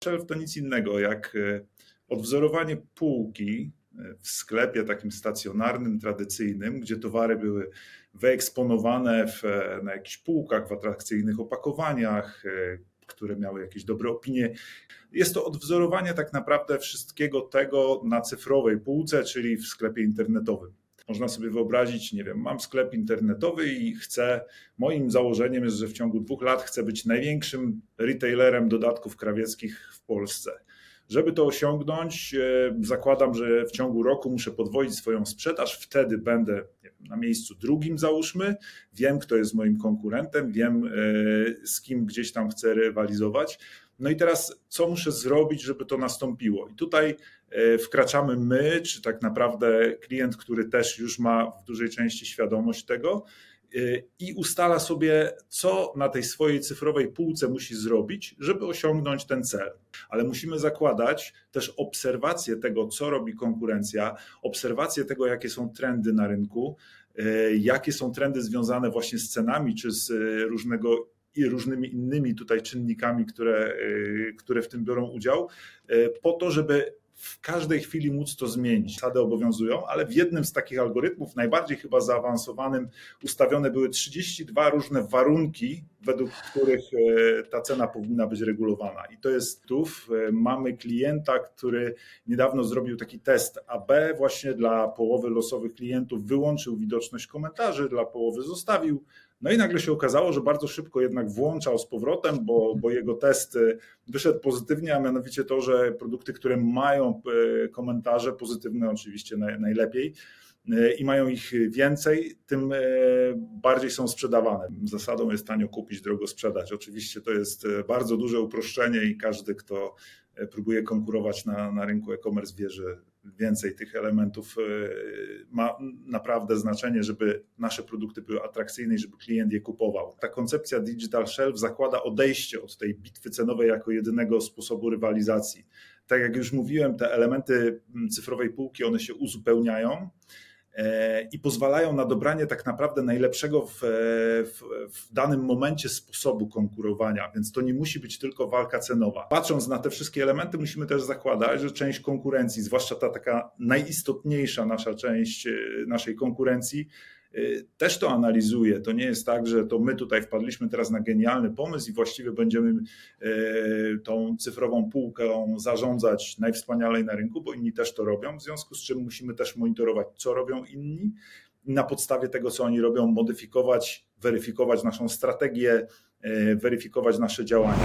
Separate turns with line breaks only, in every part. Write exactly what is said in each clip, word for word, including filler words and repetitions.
Shelf to nic innego jak odwzorowanie półki w sklepie takim stacjonarnym, tradycyjnym, gdzie towary były wyeksponowane w, na jakichś półkach, w atrakcyjnych opakowaniach, które miały jakieś dobre opinie. Jest to odwzorowanie tak naprawdę wszystkiego tego na cyfrowej półce, czyli w sklepie internetowym. Można sobie wyobrazić, nie wiem, mam sklep internetowy i chcę, moim założeniem jest, że w ciągu dwóch lat chcę być największym retailerem dodatków krawieckich w Polsce. Żeby to osiągnąć, zakładam, że w ciągu roku muszę podwoić swoją sprzedaż, wtedy będę nie wiem, na miejscu drugim załóżmy, wiem kto jest moim konkurentem, wiem z kim gdzieś tam chcę rywalizować. No i teraz co muszę zrobić, żeby to nastąpiło? I tutaj wkraczamy my, czy tak naprawdę klient, który też już ma w dużej części świadomość tego, i ustala sobie, co na tej swojej cyfrowej półce musi zrobić, żeby osiągnąć ten cel. Ale musimy zakładać też obserwację tego, co robi konkurencja, obserwację tego, jakie są trendy na rynku, jakie są trendy związane właśnie z cenami, czy z różnego i różnymi innymi tutaj czynnikami, które, które w tym biorą udział, po to, żeby w każdej chwili móc to zmienić. Zasady obowiązują, ale w jednym z takich algorytmów, najbardziej chyba zaawansowanym, ustawione były trzydzieści dwa różne warunki, według których ta cena powinna być regulowana. I to jest tu, mamy klienta, który niedawno zrobił taki test A B właśnie dla połowy losowych klientów, wyłączył widoczność komentarzy, dla połowy zostawił. No i nagle się okazało, że bardzo szybko jednak włączał z powrotem, bo, bo jego test wyszedł pozytywnie, a mianowicie to, że produkty, które mają komentarze, pozytywne oczywiście najlepiej, i mają ich więcej, tym bardziej są sprzedawane. Zasadą jest tanio kupić, drogo sprzedać. Oczywiście to jest bardzo duże uproszczenie i każdy, kto próbuje konkurować na, na rynku e-commerce, wie, że więcej tych elementów ma naprawdę znaczenie, żeby nasze produkty były atrakcyjne i żeby klient je kupował. Ta koncepcja Digital Shelf zakłada odejście od tej bitwy cenowej jako jedynego sposobu rywalizacji. Tak jak już mówiłem, te elementy cyfrowej półki, one się uzupełniają i pozwalają na dobranie tak naprawdę najlepszego w, w, w danym momencie sposobu konkurowania, więc to nie musi być tylko walka cenowa. Patrząc na te wszystkie elementy, musimy też zakładać, że część konkurencji, zwłaszcza ta taka najistotniejsza nasza część naszej konkurencji, też to analizuje. To nie jest tak, że to my tutaj wpadliśmy teraz na genialny pomysł i właściwie będziemy tą cyfrową półką zarządzać najwspanialej na rynku, bo inni też to robią, w związku z czym musimy też monitorować, co robią inni i na podstawie tego, co oni robią, modyfikować, weryfikować naszą strategię, weryfikować nasze działania.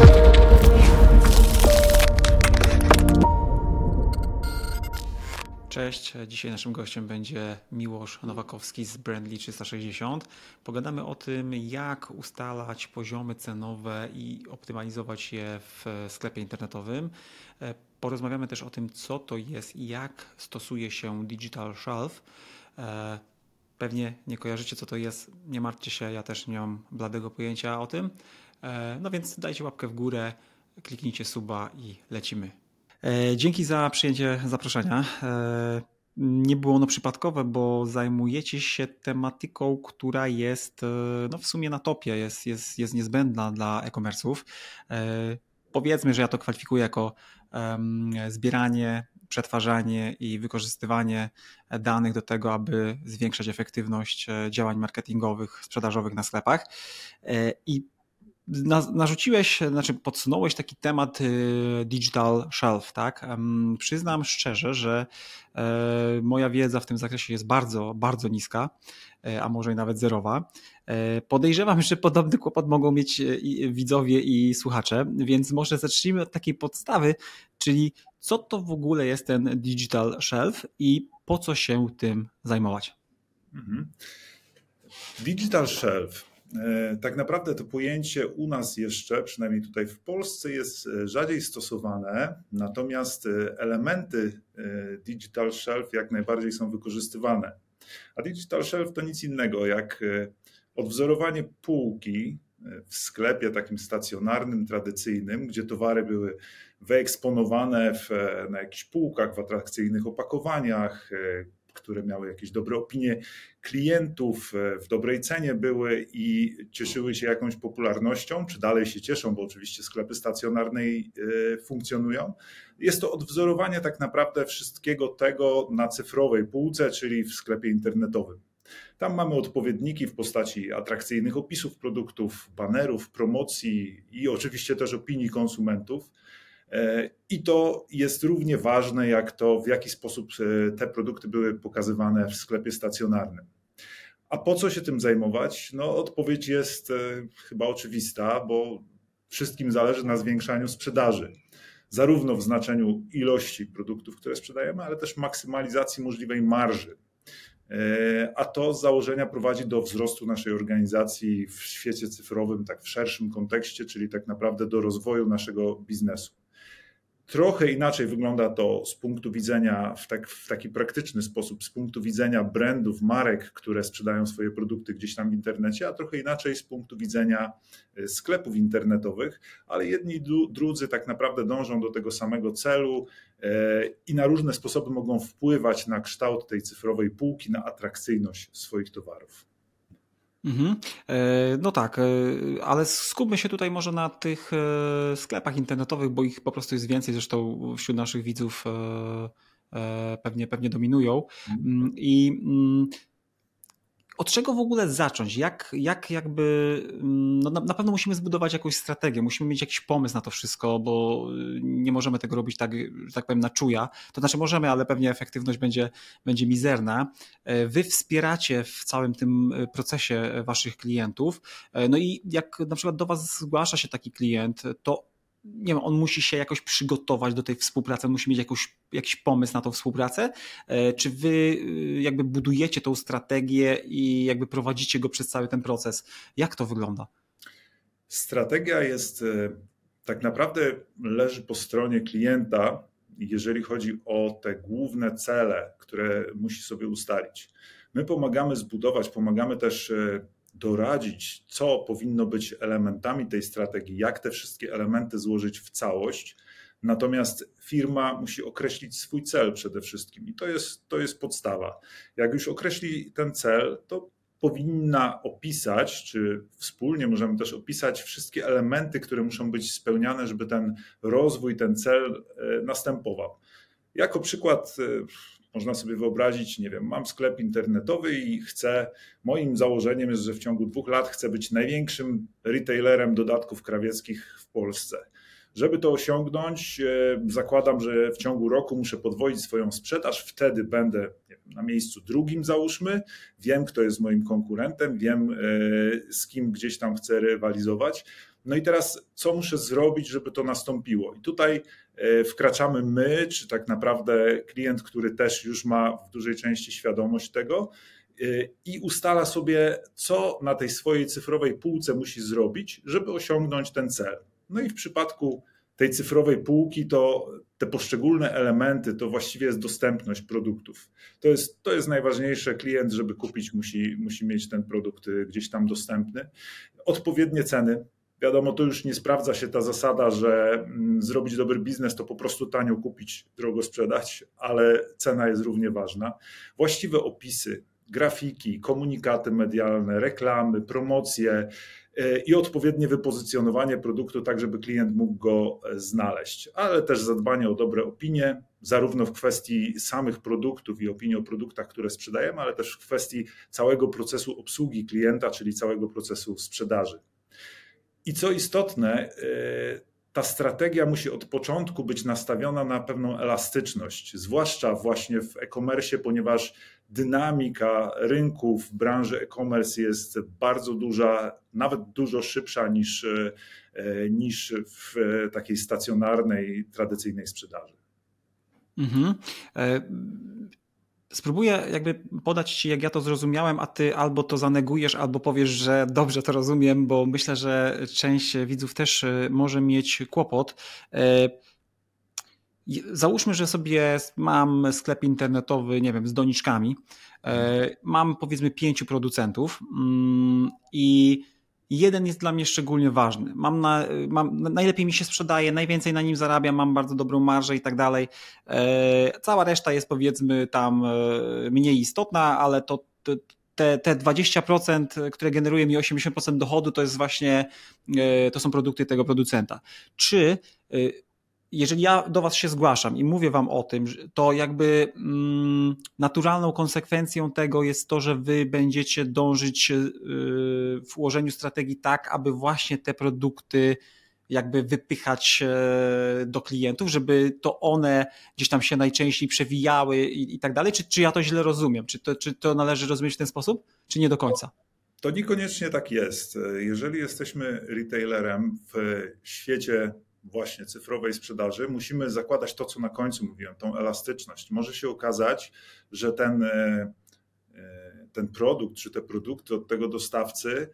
Cześć, dzisiaj naszym gościem będzie Miłosz Nowakowski z Brandly trzysta sześćdziesiąt. Pogadamy o tym, jak ustalać poziomy cenowe i optymalizować je w sklepie internetowym. Porozmawiamy też o tym, co to jest i jak stosuje się Digital Shelf. Pewnie nie kojarzycie, co to jest, nie martwcie się, ja też nie mam bladego pojęcia o tym. No więc dajcie łapkę w górę, kliknijcie suba i lecimy. Dzięki za przyjęcie zaproszenia. Nie było ono przypadkowe, bo zajmujecie się tematyką, która jest no w sumie na topie, jest, jest, jest niezbędna dla e-commerce'ów. Powiedzmy, że ja to kwalifikuję jako zbieranie, przetwarzanie i wykorzystywanie danych do tego, aby zwiększać efektywność działań marketingowych, sprzedażowych na sklepach. I narzuciłeś, znaczy podsunąłeś taki temat Digital Shelf, tak? Przyznam szczerze, że moja wiedza w tym zakresie jest bardzo, bardzo niska, a może i nawet zerowa. Podejrzewam, że podobny kłopot mogą mieć widzowie i słuchacze, więc może zacznijmy od takiej podstawy, czyli co to w ogóle jest ten Digital Shelf i po co się tym zajmować?
Mhm. Digital Shelf. Tak naprawdę to pojęcie u nas jeszcze, przynajmniej tutaj w Polsce, jest rzadziej stosowane, natomiast elementy Digital Shelf jak najbardziej są wykorzystywane. A Digital Shelf to nic innego jak odwzorowanie półki w sklepie takim stacjonarnym, tradycyjnym, gdzie towary były wyeksponowane w, na jakichś półkach, w atrakcyjnych opakowaniach, które miały jakieś dobre opinie klientów, w dobrej cenie były i cieszyły się jakąś popularnością, czy dalej się cieszą, bo oczywiście sklepy stacjonarne funkcjonują. Jest to odwzorowanie tak naprawdę wszystkiego tego na cyfrowej półce, czyli w sklepie internetowym. Tam mamy odpowiedniki w postaci atrakcyjnych opisów produktów, banerów, promocji i oczywiście też opinii konsumentów. I to jest równie ważne, jak to, w jaki sposób te produkty były pokazywane w sklepie stacjonarnym. A po co się tym zajmować? No, odpowiedź jest chyba oczywista, bo wszystkim zależy na zwiększaniu sprzedaży. Zarówno w znaczeniu ilości produktów, które sprzedajemy, ale też maksymalizacji możliwej marży. A to z założenia prowadzi do wzrostu naszej organizacji w świecie cyfrowym, tak w szerszym kontekście, czyli tak naprawdę do rozwoju naszego biznesu. Trochę inaczej wygląda to z punktu widzenia, w, tak, w taki praktyczny sposób, z punktu widzenia brandów, marek, które sprzedają swoje produkty gdzieś tam w internecie, a trochę inaczej z punktu widzenia sklepów internetowych, ale jedni i drudzy tak naprawdę dążą do tego samego celu i na różne sposoby mogą wpływać na kształt tej cyfrowej półki, na atrakcyjność swoich towarów.
Mhm. No tak, ale skupmy się tutaj może na tych sklepach internetowych, bo ich po prostu jest więcej, zresztą wśród naszych widzów pewnie, pewnie dominują. I od czego w ogóle zacząć? Jak, jak jakby, no na, na pewno musimy zbudować jakąś strategię, musimy mieć jakiś pomysł na to wszystko, bo nie możemy tego robić tak, że tak powiem, na czuja. To znaczy możemy, ale pewnie efektywność będzie, będzie mizerna. Wy wspieracie w całym tym procesie waszych klientów. No i jak na przykład do was zgłasza się taki klient, to nie wiem, on musi się jakoś przygotować do tej współpracy, musi mieć jakoś, jakiś pomysł na tą współpracę? Czy wy jakby budujecie tą strategię i jakby prowadzicie go przez cały ten proces? Jak to wygląda?
Strategia jest, tak naprawdę leży po stronie klienta, jeżeli chodzi o te główne cele, które musi sobie ustalić. My pomagamy zbudować, pomagamy też doradzić, co powinno być elementami tej strategii, jak te wszystkie elementy złożyć w całość. Natomiast firma musi określić swój cel przede wszystkim i to jest, to jest podstawa. Jak już określi ten cel, to powinna opisać, czy wspólnie możemy też opisać wszystkie elementy, które muszą być spełniane, żeby ten rozwój, ten cel następował. Jako przykład można sobie wyobrazić, nie wiem, mam sklep internetowy i chcę, moim założeniem jest, że w ciągu dwóch lat chcę być największym retailerem dodatków krawieckich w Polsce. Żeby to osiągnąć, zakładam, że w ciągu roku muszę podwoić swoją sprzedaż, wtedy będę nie wiem, na miejscu drugim załóżmy, wiem, kto jest moim konkurentem, wiem, z kim gdzieś tam chcę rywalizować. No i teraz co muszę zrobić, żeby to nastąpiło? I tutaj wkraczamy my, czy tak naprawdę klient, który też już ma w dużej części świadomość tego i ustala sobie, co na tej swojej cyfrowej półce musi zrobić, żeby osiągnąć ten cel. No i w przypadku tej cyfrowej półki to te poszczególne elementy to właściwie jest dostępność produktów. To jest, to jest najważniejsze. Klient, żeby kupić, musi, musi mieć ten produkt gdzieś tam dostępny. Odpowiednie ceny. Wiadomo, to już nie sprawdza się ta zasada, że zrobić dobry biznes to po prostu tanio kupić, drogo sprzedać, ale cena jest równie ważna. Właściwe opisy, grafiki, komunikaty medialne, reklamy, promocje i odpowiednie wypozycjonowanie produktu tak, żeby klient mógł go znaleźć, ale też zadbanie o dobre opinie, zarówno w kwestii samych produktów i opinii o produktach, które sprzedajemy, ale też w kwestii całego procesu obsługi klienta, czyli całego procesu sprzedaży. I co istotne, ta strategia musi od początku być nastawiona na pewną elastyczność, zwłaszcza właśnie w e-commerce, ponieważ dynamika rynku w branży e-commerce jest bardzo duża, nawet dużo szybsza niż, niż w takiej stacjonarnej, tradycyjnej sprzedaży.
Mhm. Spróbuję jakby podać ci, jak ja to zrozumiałem, a ty albo to zanegujesz, albo powiesz, że dobrze to rozumiem, bo myślę, że część widzów też może mieć kłopot. Załóżmy, że sobie mam sklep internetowy, nie wiem, z doniczkami. Mam powiedzmy pięciu producentów i jeden jest dla mnie szczególnie ważny. Mam, na, mam najlepiej mi się sprzedaje, najwięcej na nim zarabiam, mam bardzo dobrą marżę i tak dalej. Cała reszta jest powiedzmy tam mniej istotna, ale to, to te, te dwadzieścia procent, które generuje mi osiemdziesiąt procent dochodu, to jest właśnie, to są produkty tego producenta. Czy jeżeli ja do was się zgłaszam i mówię wam o tym, to jakby mm, naturalną konsekwencją tego jest to, że wy będziecie dążyć yy, w ułożeniu strategii tak, aby właśnie te produkty jakby wypychać do klientów, żeby to one gdzieś tam się najczęściej przewijały i, i tak dalej? Czy, czy ja to źle rozumiem? Czy to, czy to należy rozumieć w ten sposób? Czy nie do końca?
To niekoniecznie tak jest. Jeżeli jesteśmy retailerem w świecie właśnie cyfrowej sprzedaży, musimy zakładać to, co na końcu mówiłem, tą elastyczność. Może się okazać, że ten, ten produkt, czy te produkty od tego dostawcy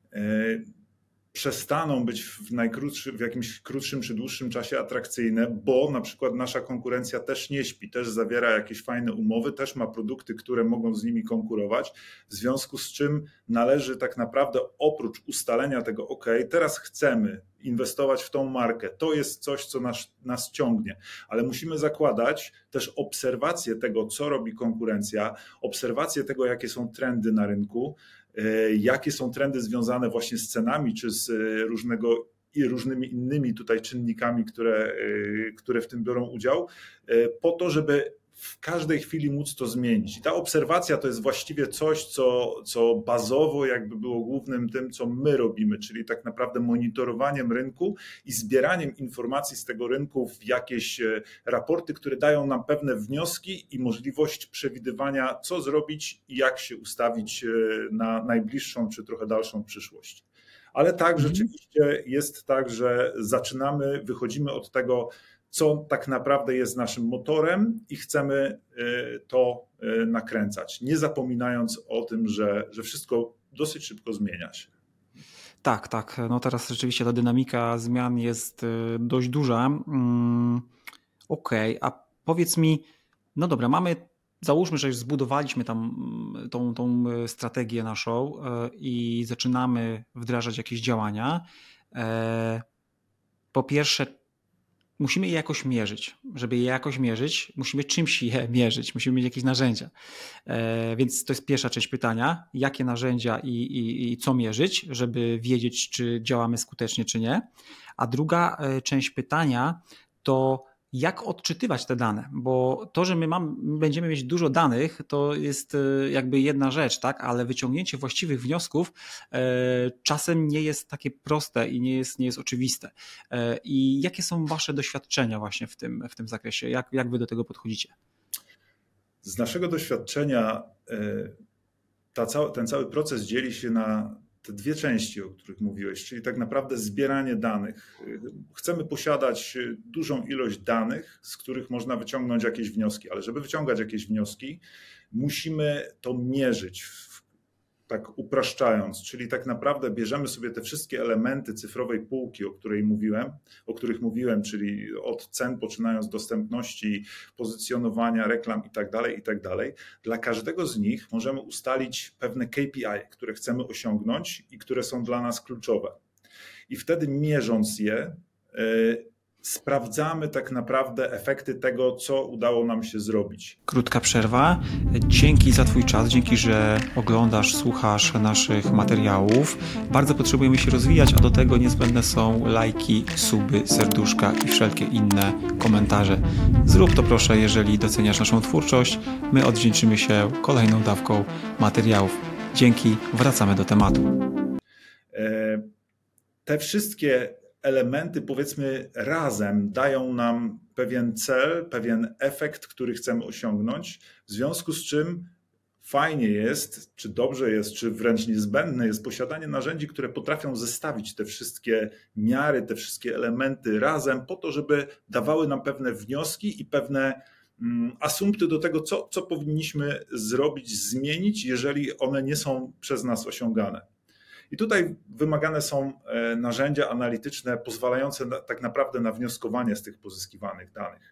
przestaną być w, najkrótszym, w jakimś krótszym czy dłuższym czasie atrakcyjne, bo na przykład nasza konkurencja też nie śpi, też zawiera jakieś fajne umowy, też ma produkty, które mogą z nimi konkurować, w związku z czym należy tak naprawdę oprócz ustalenia tego, ok, teraz chcemy inwestować w tą markę, to jest coś, co nas, nas ciągnie, ale musimy zakładać też obserwację tego, co robi konkurencja, obserwację tego, jakie są trendy na rynku, jakie są trendy związane właśnie z cenami, czy z różnego i różnymi innymi tutaj czynnikami, które, które w tym biorą udział, po to, żeby w każdej chwili móc to zmienić. I ta obserwacja to jest właściwie coś, co, co bazowo jakby było głównym tym, co my robimy, czyli tak naprawdę monitorowaniem rynku i zbieraniem informacji z tego rynku w jakieś raporty, które dają nam pewne wnioski i możliwość przewidywania, co zrobić i jak się ustawić na najbliższą czy trochę dalszą przyszłość. Ale tak, rzeczywiście jest tak, że zaczynamy, wychodzimy od tego, co tak naprawdę jest naszym motorem i chcemy to nakręcać, nie zapominając o tym, że, że wszystko dosyć szybko zmienia się.
Tak, tak. No teraz rzeczywiście ta dynamika zmian jest dość duża. Okej, okay. A powiedz mi, no dobra, mamy, załóżmy, że już zbudowaliśmy tam tą, tą strategię naszą i zaczynamy wdrażać jakieś działania. Po pierwsze, musimy je jakoś mierzyć. Żeby je jakoś mierzyć, musimy czymś je mierzyć, musimy mieć jakieś narzędzia. E, więc to jest pierwsza część pytania, jakie narzędzia i, i, i co mierzyć, żeby wiedzieć, czy działamy skutecznie, czy nie. A druga część pytania to jak odczytywać te dane, bo to, że my mam, będziemy mieć dużo danych, to jest jakby jedna rzecz, tak? Ale wyciągnięcie właściwych wniosków e, czasem nie jest takie proste i nie jest, nie jest oczywiste. E, I jakie są wasze doświadczenia właśnie w tym, w tym zakresie? Jak, jak wy do tego podchodzicie?
Z naszego doświadczenia ta, ten cały proces dzieli się na te dwie części, o których mówiłeś, czyli tak naprawdę zbieranie danych. Chcemy posiadać dużą ilość danych, z których można wyciągnąć jakieś wnioski, ale żeby wyciągać jakieś wnioski, musimy to mierzyć, tak upraszczając, czyli tak naprawdę bierzemy sobie te wszystkie elementy cyfrowej półki, o której mówiłem, o których mówiłem, czyli od cen poczynając dostępności, pozycjonowania, reklam i tak dalej, i tak dalej. Dla każdego z nich możemy ustalić pewne K P I, które chcemy osiągnąć i które są dla nas kluczowe. I wtedy mierząc je, yy, sprawdzamy tak naprawdę efekty tego, co udało nam się zrobić.
Krótka przerwa. Dzięki za twój czas, dzięki, że oglądasz, słuchasz naszych materiałów. Bardzo potrzebujemy się rozwijać, a do tego niezbędne są lajki, suby, serduszka i wszelkie inne komentarze. Zrób to proszę, jeżeli doceniasz naszą twórczość. My odwdzięczymy się kolejną dawką materiałów. Dzięki, wracamy do tematu.
Te wszystkie elementy, powiedzmy, razem dają nam pewien cel, pewien efekt, który chcemy osiągnąć, w związku z czym fajnie jest, czy dobrze jest, czy wręcz niezbędne jest posiadanie narzędzi, które potrafią zestawić te wszystkie miary, te wszystkie elementy razem po to, żeby dawały nam pewne wnioski i pewne asumpty do tego, co, co powinniśmy zrobić, zmienić, jeżeli one nie są przez nas osiągane. I tutaj wymagane są narzędzia analityczne pozwalające na, tak naprawdę na wnioskowanie z tych pozyskiwanych danych.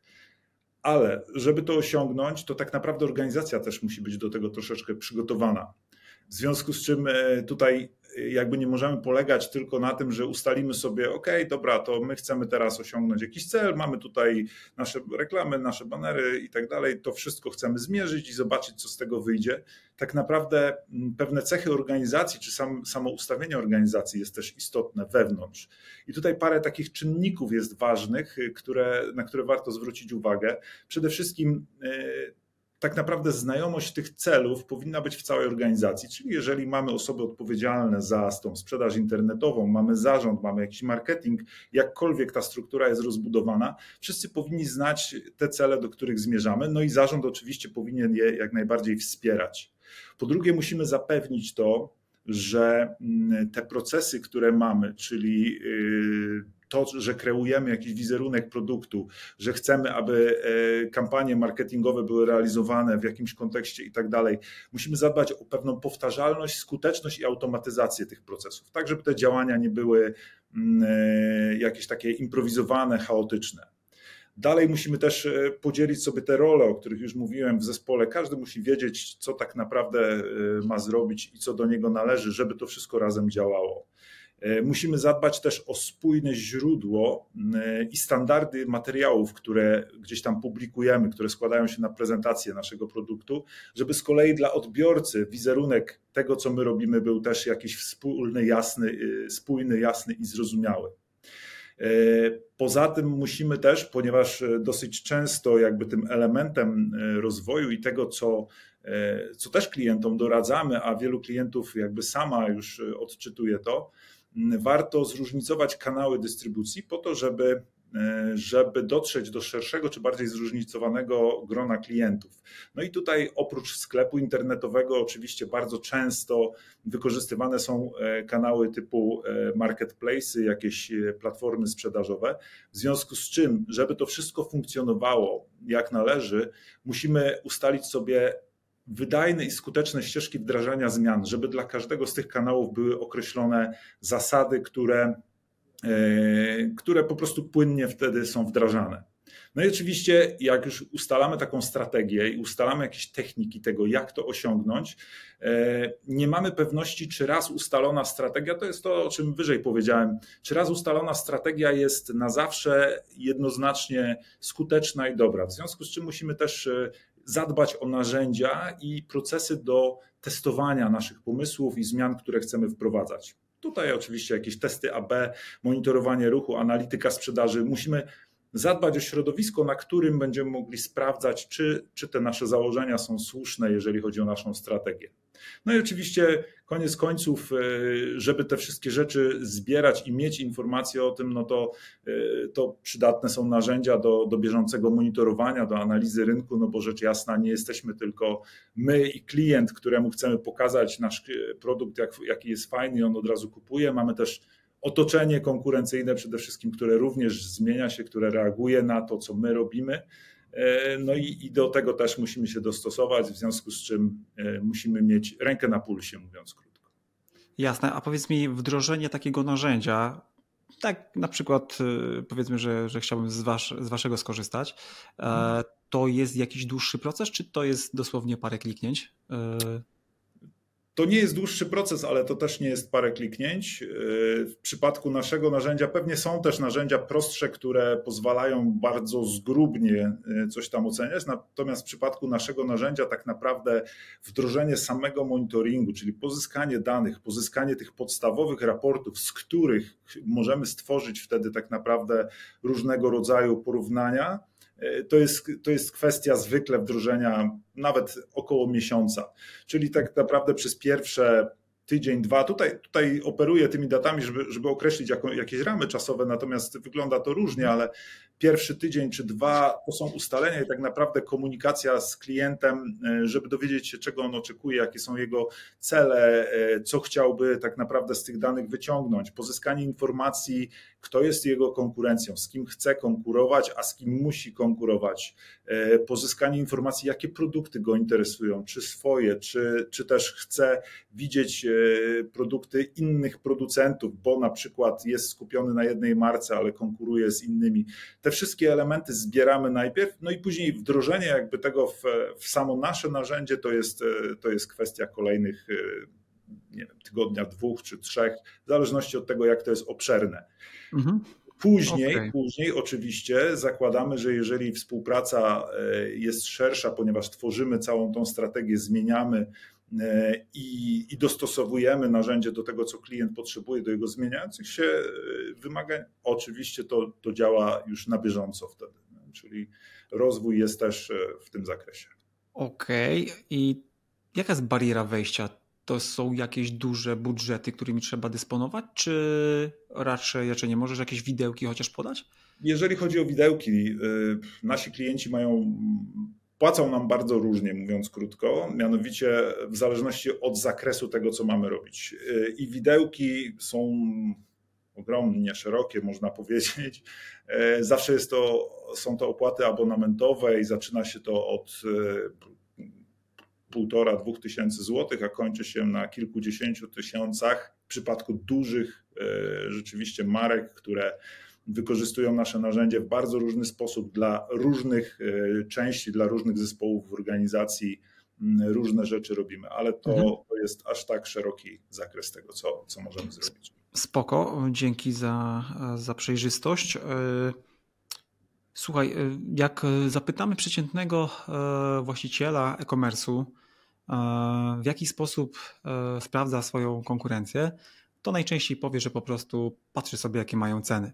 Ale żeby to osiągnąć, to tak naprawdę organizacja też musi być do tego troszeczkę przygotowana. W związku z czym tutaj jakby nie możemy polegać tylko na tym, że ustalimy sobie, ok, dobra, to my chcemy teraz osiągnąć jakiś cel, mamy tutaj nasze reklamy, nasze banery i tak dalej, to wszystko chcemy zmierzyć i zobaczyć, co z tego wyjdzie. Tak naprawdę pewne cechy organizacji, czy sam, samo ustawienie organizacji jest też istotne wewnątrz. I tutaj parę takich czynników jest ważnych, które, na które warto zwrócić uwagę. Przede wszystkim tak naprawdę znajomość tych celów powinna być w całej organizacji, czyli jeżeli mamy osoby odpowiedzialne za tą sprzedaż internetową, mamy zarząd, mamy jakiś marketing, jakkolwiek ta struktura jest rozbudowana, wszyscy powinni znać te cele, do których zmierzamy, no i zarząd oczywiście powinien je jak najbardziej wspierać. Po drugie, musimy zapewnić to, że te procesy, które mamy, czyli to, że kreujemy jakiś wizerunek produktu, że chcemy, aby kampanie marketingowe były realizowane w jakimś kontekście i tak dalej, musimy zadbać o pewną powtarzalność, skuteczność i automatyzację tych procesów, tak żeby te działania nie były jakieś takie improwizowane, chaotyczne. Dalej musimy też podzielić sobie te role, o których już mówiłem w zespole. Każdy musi wiedzieć, co tak naprawdę ma zrobić i co do niego należy, żeby to wszystko razem działało. Musimy zadbać też o spójne źródło i standardy materiałów, które gdzieś tam publikujemy, które składają się na prezentację naszego produktu, żeby z kolei dla odbiorcy wizerunek tego, co my robimy, był też jakiś wspólny, jasny, spójny, jasny i zrozumiały. Poza tym musimy też, ponieważ dosyć często jakby tym elementem rozwoju i tego, co, co też klientom doradzamy, a wielu klientów jakby sama już odczytuje to, warto zróżnicować kanały dystrybucji po to, żeby, żeby dotrzeć do szerszego czy bardziej zróżnicowanego grona klientów. No i tutaj oprócz sklepu internetowego oczywiście bardzo często wykorzystywane są kanały typu marketplace'y, jakieś platformy sprzedażowe, w związku z czym, żeby to wszystko funkcjonowało jak należy, musimy ustalić sobie wydajne i skuteczne ścieżki wdrażania zmian, żeby dla każdego z tych kanałów były określone zasady, które, które po prostu płynnie wtedy są wdrażane. No i oczywiście, jak już ustalamy taką strategię i ustalamy jakieś techniki tego, jak to osiągnąć, nie mamy pewności, czy raz ustalona strategia, to jest to, o czym wyżej powiedziałem, czy raz ustalona strategia jest na zawsze jednoznacznie skuteczna i dobra. W związku z czym musimy też zadbać o narzędzia i procesy do testowania naszych pomysłów i zmian, które chcemy wprowadzać. Tutaj oczywiście jakieś testy A B, monitorowanie ruchu, analityka sprzedaży. Musimy zadbać o środowisko, na którym będziemy mogli sprawdzać, czy, czy te nasze założenia są słuszne, jeżeli chodzi o naszą strategię. No i oczywiście koniec końców, żeby te wszystkie rzeczy zbierać i mieć informacje o tym, no to, to przydatne są narzędzia do, do bieżącego monitorowania, do analizy rynku, no bo rzecz jasna, nie jesteśmy tylko my i klient, któremu chcemy pokazać nasz produkt, jak, jaki jest fajny i on od razu kupuje. Mamy też otoczenie konkurencyjne przede wszystkim, które również zmienia się, które reaguje na to, co my robimy. No i, i do tego też musimy się dostosować, w związku z czym musimy mieć rękę na pulsie, mówiąc krótko.
Jasne, a powiedz mi, wdrożenie takiego narzędzia, tak na przykład powiedzmy, że, że chciałbym z, was, z waszego skorzystać, to jest jakiś dłuższy proces, czy to jest dosłownie parę kliknięć?
To nie jest dłuższy proces, ale to też nie jest parę kliknięć. W przypadku naszego narzędzia pewnie są też narzędzia prostsze, które pozwalają bardzo zgrubnie coś tam oceniać, natomiast w przypadku naszego narzędzia tak naprawdę wdrożenie samego monitoringu, czyli pozyskanie danych, pozyskanie tych podstawowych raportów, z których możemy stworzyć wtedy tak naprawdę różnego rodzaju porównania, To jest, to jest kwestia zwykle wdrożenia nawet około miesiąca, czyli tak naprawdę przez pierwsze tydzień, dwa, tutaj, tutaj operuję tymi datami, żeby, żeby określić jaką, jakieś ramy czasowe, natomiast wygląda to różnie, ale pierwszy tydzień czy dwa to są ustalenia i tak naprawdę komunikacja z klientem, żeby dowiedzieć się, czego on oczekuje, jakie są jego cele, co chciałby tak naprawdę z tych danych wyciągnąć, pozyskanie informacji, kto jest jego konkurencją, z kim chce konkurować, a z kim musi konkurować, pozyskanie informacji, jakie produkty go interesują, czy swoje, czy, czy też chce widzieć produkty innych producentów, bo na przykład jest skupiony na jednej marce, ale konkuruje z innymi. Te, wszystkie elementy zbieramy najpierw, no i później wdrożenie jakby tego w, w samo nasze narzędzie to jest, to jest kwestia kolejnych nie wiem, tygodnia, dwóch czy trzech, w zależności od tego, jak to jest obszerne.
Mhm.
Później,
Okej.
później oczywiście zakładamy, że jeżeli współpraca jest szersza, ponieważ tworzymy całą tą strategię, zmieniamy i, i dostosowujemy narzędzie do tego, co klient potrzebuje, do jego zmieniających się wymagań, oczywiście to, to działa już na bieżąco wtedy. Czyli rozwój jest też w tym zakresie.
Okej. I jaka jest bariera wejścia? To są jakieś duże budżety, którymi trzeba dysponować, czy raczej, raczej nie możesz jakieś widełki chociaż podać?
Jeżeli chodzi o widełki, nasi klienci mają, płacą nam bardzo różnie, mówiąc krótko, mianowicie w zależności od zakresu tego, co mamy robić. I widełki są ogromnie szerokie, można powiedzieć. Zawsze jest to, są to opłaty abonamentowe i zaczyna się to od półtora, dwóch tysięcy złotych, a kończy się na kilkudziesięciu tysiącach w przypadku dużych rzeczywiście marek, które wykorzystują nasze narzędzie w bardzo różny sposób dla różnych części, dla różnych zespołów w organizacji. Różne rzeczy robimy, ale to, mhm. to jest aż tak szeroki zakres tego, co, co możemy zrobić.
Spoko, dzięki za, za przejrzystość. Słuchaj, jak zapytamy przeciętnego właściciela e-commerce'u, w jaki sposób sprawdza swoją konkurencję, to najczęściej powie, że po prostu patrzy sobie, jakie mają ceny.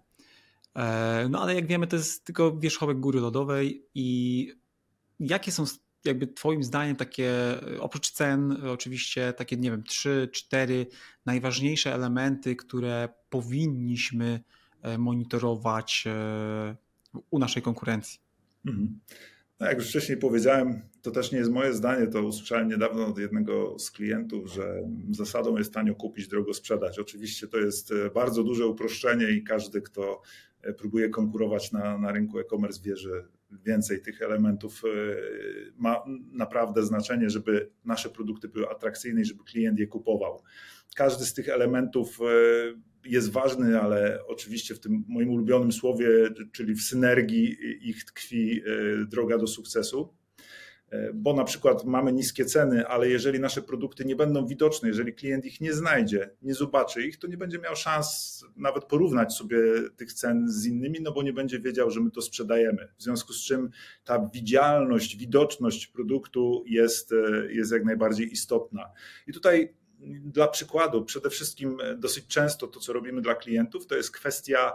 No ale jak wiemy, to jest tylko wierzchołek góry lodowej i jakie są jakby twoim zdaniem takie, oprócz cen oczywiście, takie nie wiem, trzy, cztery najważniejsze elementy, które powinniśmy monitorować u naszej konkurencji?
Mhm. No jak już wcześniej powiedziałem, to też nie jest moje zdanie, to usłyszałem niedawno od jednego z klientów, że zasadą jest tanio kupić, drogo sprzedać. Oczywiście to jest bardzo duże uproszczenie i każdy, kto próbuje konkurować na, na rynku e-commerce, wie, że więcej tych elementów ma naprawdę znaczenie, żeby nasze produkty były atrakcyjne i żeby klient je kupował. Każdy z tych elementów jest ważny, ale oczywiście w tym moim ulubionym słowie, czyli w synergii ich tkwi droga do sukcesu. Bo na przykład mamy niskie ceny, ale jeżeli nasze produkty nie będą widoczne, jeżeli klient ich nie znajdzie, nie zobaczy ich, to nie będzie miał szans nawet porównać sobie tych cen z innymi, no bo nie będzie wiedział, że my to sprzedajemy. W związku z czym ta widzialność, widoczność produktu jest, jest jak najbardziej istotna. I tutaj dla przykładu, przede wszystkim dosyć często to, co robimy dla klientów, to jest kwestia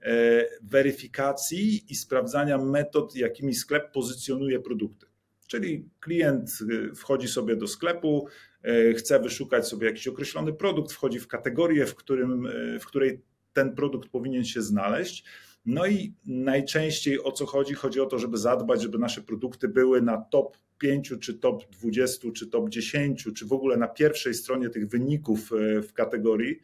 weryfikacji i sprawdzania metod, jakimi sklep pozycjonuje produkty. Czyli klient wchodzi sobie do sklepu, chce wyszukać sobie jakiś określony produkt, wchodzi w kategorię, w, którym, w której ten produkt powinien się znaleźć. No i najczęściej o co chodzi? Chodzi o to, żeby zadbać, żeby nasze produkty były na top pięciu, czy top dwudziestu, czy top dziesięciu, czy w ogóle na pierwszej stronie tych wyników w kategorii,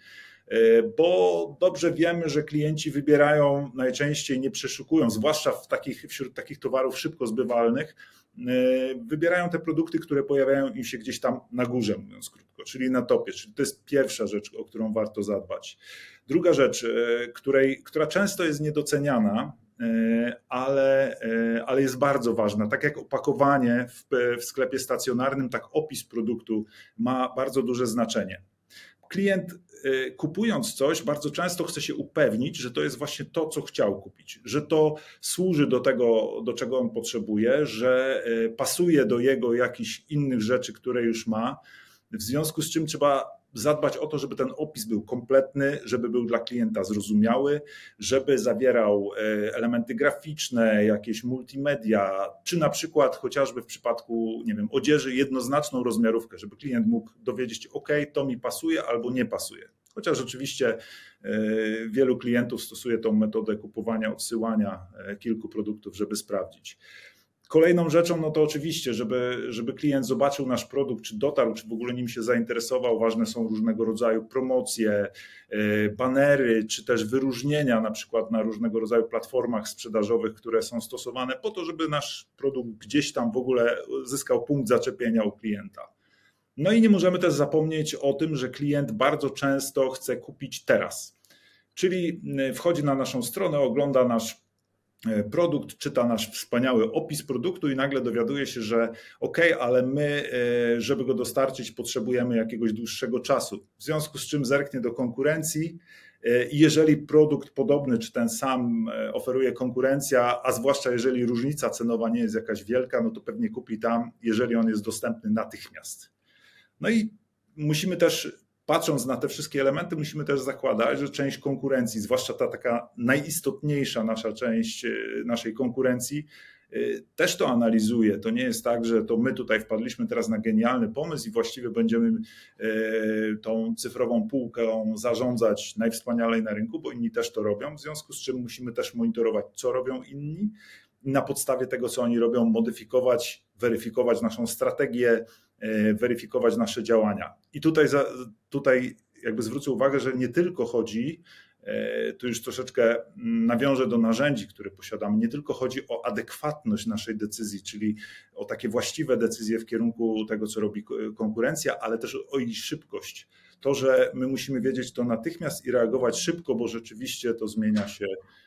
bo dobrze wiemy, że klienci wybierają najczęściej, nie przeszukują, zwłaszcza w takich, wśród takich towarów szybko zbywalnych, wybierają te produkty, które pojawiają im się gdzieś tam na górze, mówiąc krótko, czyli na topie. Czyli to jest pierwsza rzecz, o którą warto zadbać. Druga rzecz, której, która często jest niedoceniana, ale, ale jest bardzo ważna. Tak jak opakowanie w, w sklepie stacjonarnym, tak opis produktu ma bardzo duże znaczenie. Klient kupując coś bardzo często chce się upewnić, że to jest właśnie to, co chciał kupić, że to służy do tego, do czego on potrzebuje, że pasuje do jego jakichś innych rzeczy, które już ma, w związku z czym trzeba zadbać o to, żeby ten opis był kompletny, żeby był dla klienta zrozumiały, żeby zawierał elementy graficzne, jakieś multimedia, czy na przykład chociażby w przypadku, nie wiem, odzieży jednoznaczną rozmiarówkę, żeby klient mógł dowiedzieć się, OK, to mi pasuje albo nie pasuje. Chociaż oczywiście wielu klientów stosuje tą metodę kupowania, odsyłania kilku produktów, żeby sprawdzić. Kolejną rzeczą, no to oczywiście, żeby, żeby klient zobaczył nasz produkt, czy dotarł, czy w ogóle nim się zainteresował, ważne są różnego rodzaju promocje, banery, czy też wyróżnienia, na przykład na różnego rodzaju platformach sprzedażowych, które są stosowane po to, żeby nasz produkt gdzieś tam w ogóle zyskał punkt zaczepienia u klienta. No i nie możemy też zapomnieć o tym, że klient bardzo często chce kupić teraz, czyli wchodzi na naszą stronę, ogląda nasz produkt, czyta nasz wspaniały opis produktu i nagle dowiaduje się, że ok, ale my, żeby go dostarczyć, potrzebujemy jakiegoś dłuższego czasu. W związku z czym zerknie do konkurencji i jeżeli produkt podobny czy ten sam oferuje konkurencja, a zwłaszcza jeżeli różnica cenowa nie jest jakaś wielka, no to pewnie kupi tam, jeżeli on jest dostępny natychmiast. No i musimy też, patrząc na te wszystkie elementy, musimy też zakładać, że część konkurencji, zwłaszcza ta taka najistotniejsza nasza część naszej konkurencji, też to analizuje. To nie jest tak, że to my tutaj wpadliśmy teraz na genialny pomysł i właściwie będziemy tą cyfrową półką zarządzać najwspanialej na rynku, bo inni też to robią, w związku z czym musimy też monitorować, co robią inni i na podstawie tego, co oni robią, modyfikować, weryfikować naszą strategię, weryfikować nasze działania. I tutaj, tutaj jakby zwrócę uwagę, że nie tylko chodzi, tu już troszeczkę nawiążę do narzędzi, które posiadamy, nie tylko chodzi o adekwatność naszej decyzji, czyli o takie właściwe decyzje w kierunku tego, co robi konkurencja, ale też o jej szybkość. To, że my musimy wiedzieć to natychmiast i reagować szybko, bo rzeczywiście to zmienia się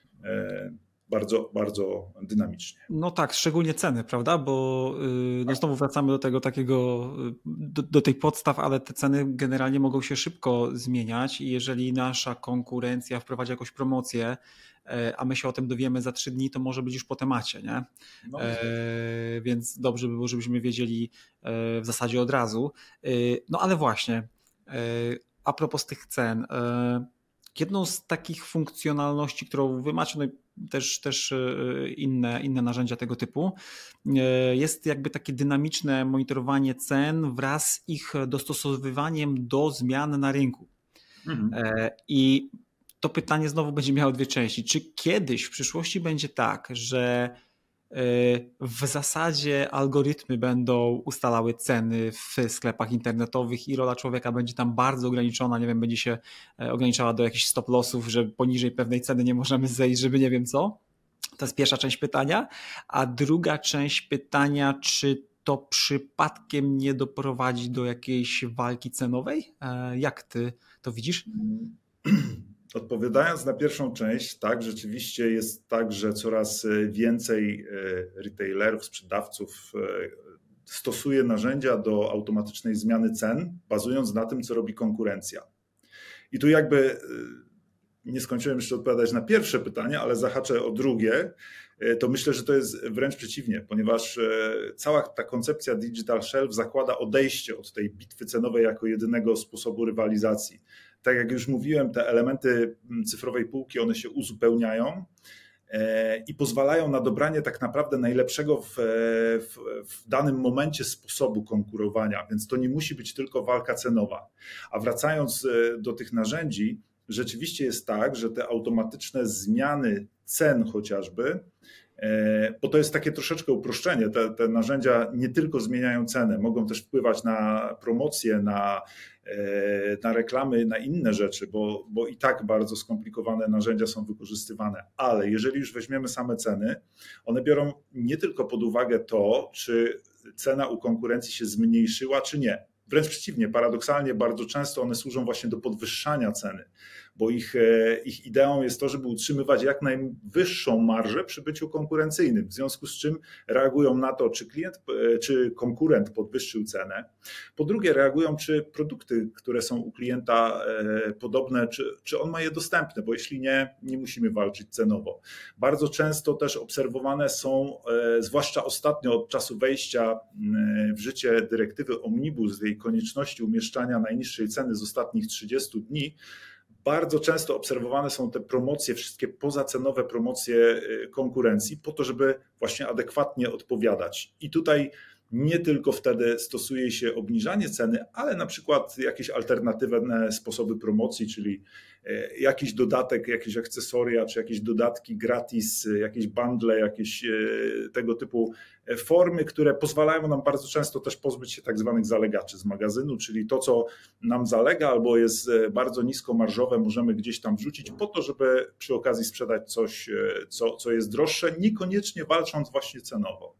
bardzo, bardzo dynamicznie.
No tak, szczególnie ceny, prawda? Bo no znowu wracamy do tego takiego, do, do tej podstaw, ale te ceny generalnie mogą się szybko zmieniać i jeżeli nasza konkurencja wprowadzi jakąś promocję, a my się o tym dowiemy za trzy dni, to może być już po temacie, nie? No. E, więc dobrze by było, żebyśmy wiedzieli w zasadzie od razu. No ale właśnie, a propos tych cen, jedną z takich funkcjonalności, którą wy macie, no i też, też inne, inne narzędzia tego typu, jest jakby takie dynamiczne monitorowanie cen wraz z ich dostosowywaniem do zmian na rynku. Mhm. I to pytanie znowu będzie miało dwie części. Czy kiedyś w przyszłości będzie tak, że w zasadzie algorytmy będą ustalały ceny w sklepach internetowych i rola człowieka będzie tam bardzo ograniczona, nie wiem, będzie się ograniczała do jakichś stop lossów, że poniżej pewnej ceny nie możemy zejść, żeby nie wiem co? To jest pierwsza część pytania. A druga część pytania, czy to przypadkiem nie doprowadzi do jakiejś walki cenowej? Jak ty to widzisz?
Odpowiadając na pierwszą część, tak, rzeczywiście jest tak, że coraz więcej retailerów, sprzedawców stosuje narzędzia do automatycznej zmiany cen, bazując na tym, co robi konkurencja. I tu jakby nie skończyłem jeszcze odpowiadać na pierwsze pytanie, ale zahaczę o drugie. To myślę, że to jest wręcz przeciwnie, ponieważ cała ta koncepcja Digital Shelf zakłada odejście od tej bitwy cenowej jako jedynego sposobu rywalizacji. Tak jak już mówiłem, te elementy cyfrowej półki, one się uzupełniają i pozwalają na dobranie tak naprawdę najlepszego w, w, w danym momencie sposobu konkurowania, więc to nie musi być tylko walka cenowa. A wracając do tych narzędzi, rzeczywiście jest tak, że te automatyczne zmiany cen chociażby, bo to jest takie troszeczkę uproszczenie, te, te narzędzia nie tylko zmieniają cenę, mogą też wpływać na promocje, na, na reklamy, na inne rzeczy, bo, bo i tak bardzo skomplikowane narzędzia są wykorzystywane, ale jeżeli już weźmiemy same ceny, one biorą nie tylko pod uwagę to, czy cena u konkurencji się zmniejszyła, czy nie. Wręcz przeciwnie, paradoksalnie bardzo często one służą właśnie do podwyższania ceny, bo ich, ich ideą jest to, żeby utrzymywać jak najwyższą marżę przy byciu konkurencyjnym, w związku z czym reagują na to, czy klient, czy konkurent podwyższył cenę. Po drugie reagują, czy produkty, które są u klienta podobne, czy, czy on ma je dostępne, bo jeśli nie, nie musimy walczyć cenowo. Bardzo często też obserwowane są, zwłaszcza ostatnio od czasu wejścia w życie dyrektywy Omnibus, jej konieczności umieszczania najniższej ceny z ostatnich trzydziestu dni, bardzo często obserwowane są te promocje, wszystkie pozacenowe promocje konkurencji po to, żeby właśnie adekwatnie odpowiadać. I tutaj nie tylko wtedy stosuje się obniżanie ceny, ale na przykład jakieś alternatywne sposoby promocji, czyli jakiś dodatek, jakieś akcesoria, czy jakieś dodatki gratis, jakieś bundle, jakieś tego typu formy, które pozwalają nam bardzo często też pozbyć się tak zwanych zalegaczy z magazynu, czyli to, co nam zalega albo jest bardzo nisko marżowe, możemy gdzieś tam wrzucić po to, żeby przy okazji sprzedać coś, co, co jest droższe, niekoniecznie walcząc właśnie cenowo.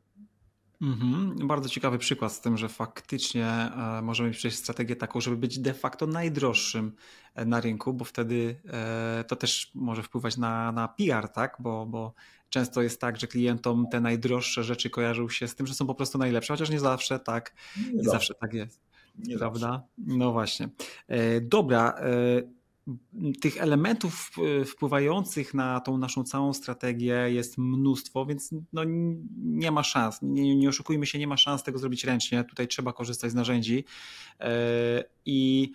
Mhm. Bardzo ciekawy przykład z tym, że faktycznie możemy przejść strategię taką, żeby być de facto najdroższym na rynku, bo wtedy to też może wpływać na, na P R, tak? Bo, bo często jest tak, że klientom te najdroższe rzeczy kojarzą się z tym, że są po prostu najlepsze, chociaż nie zawsze tak,
Nie
nie zawsze
zawsze.
tak jest.
Nie zawsze.
Prawda? No właśnie. E, Dobra, e, tych elementów e, wpływających na tą naszą całą strategię jest mnóstwo, więc no nie ma szans. Nie, nie oszukujmy się, nie ma szans tego zrobić ręcznie. Tutaj trzeba korzystać z narzędzi. E, I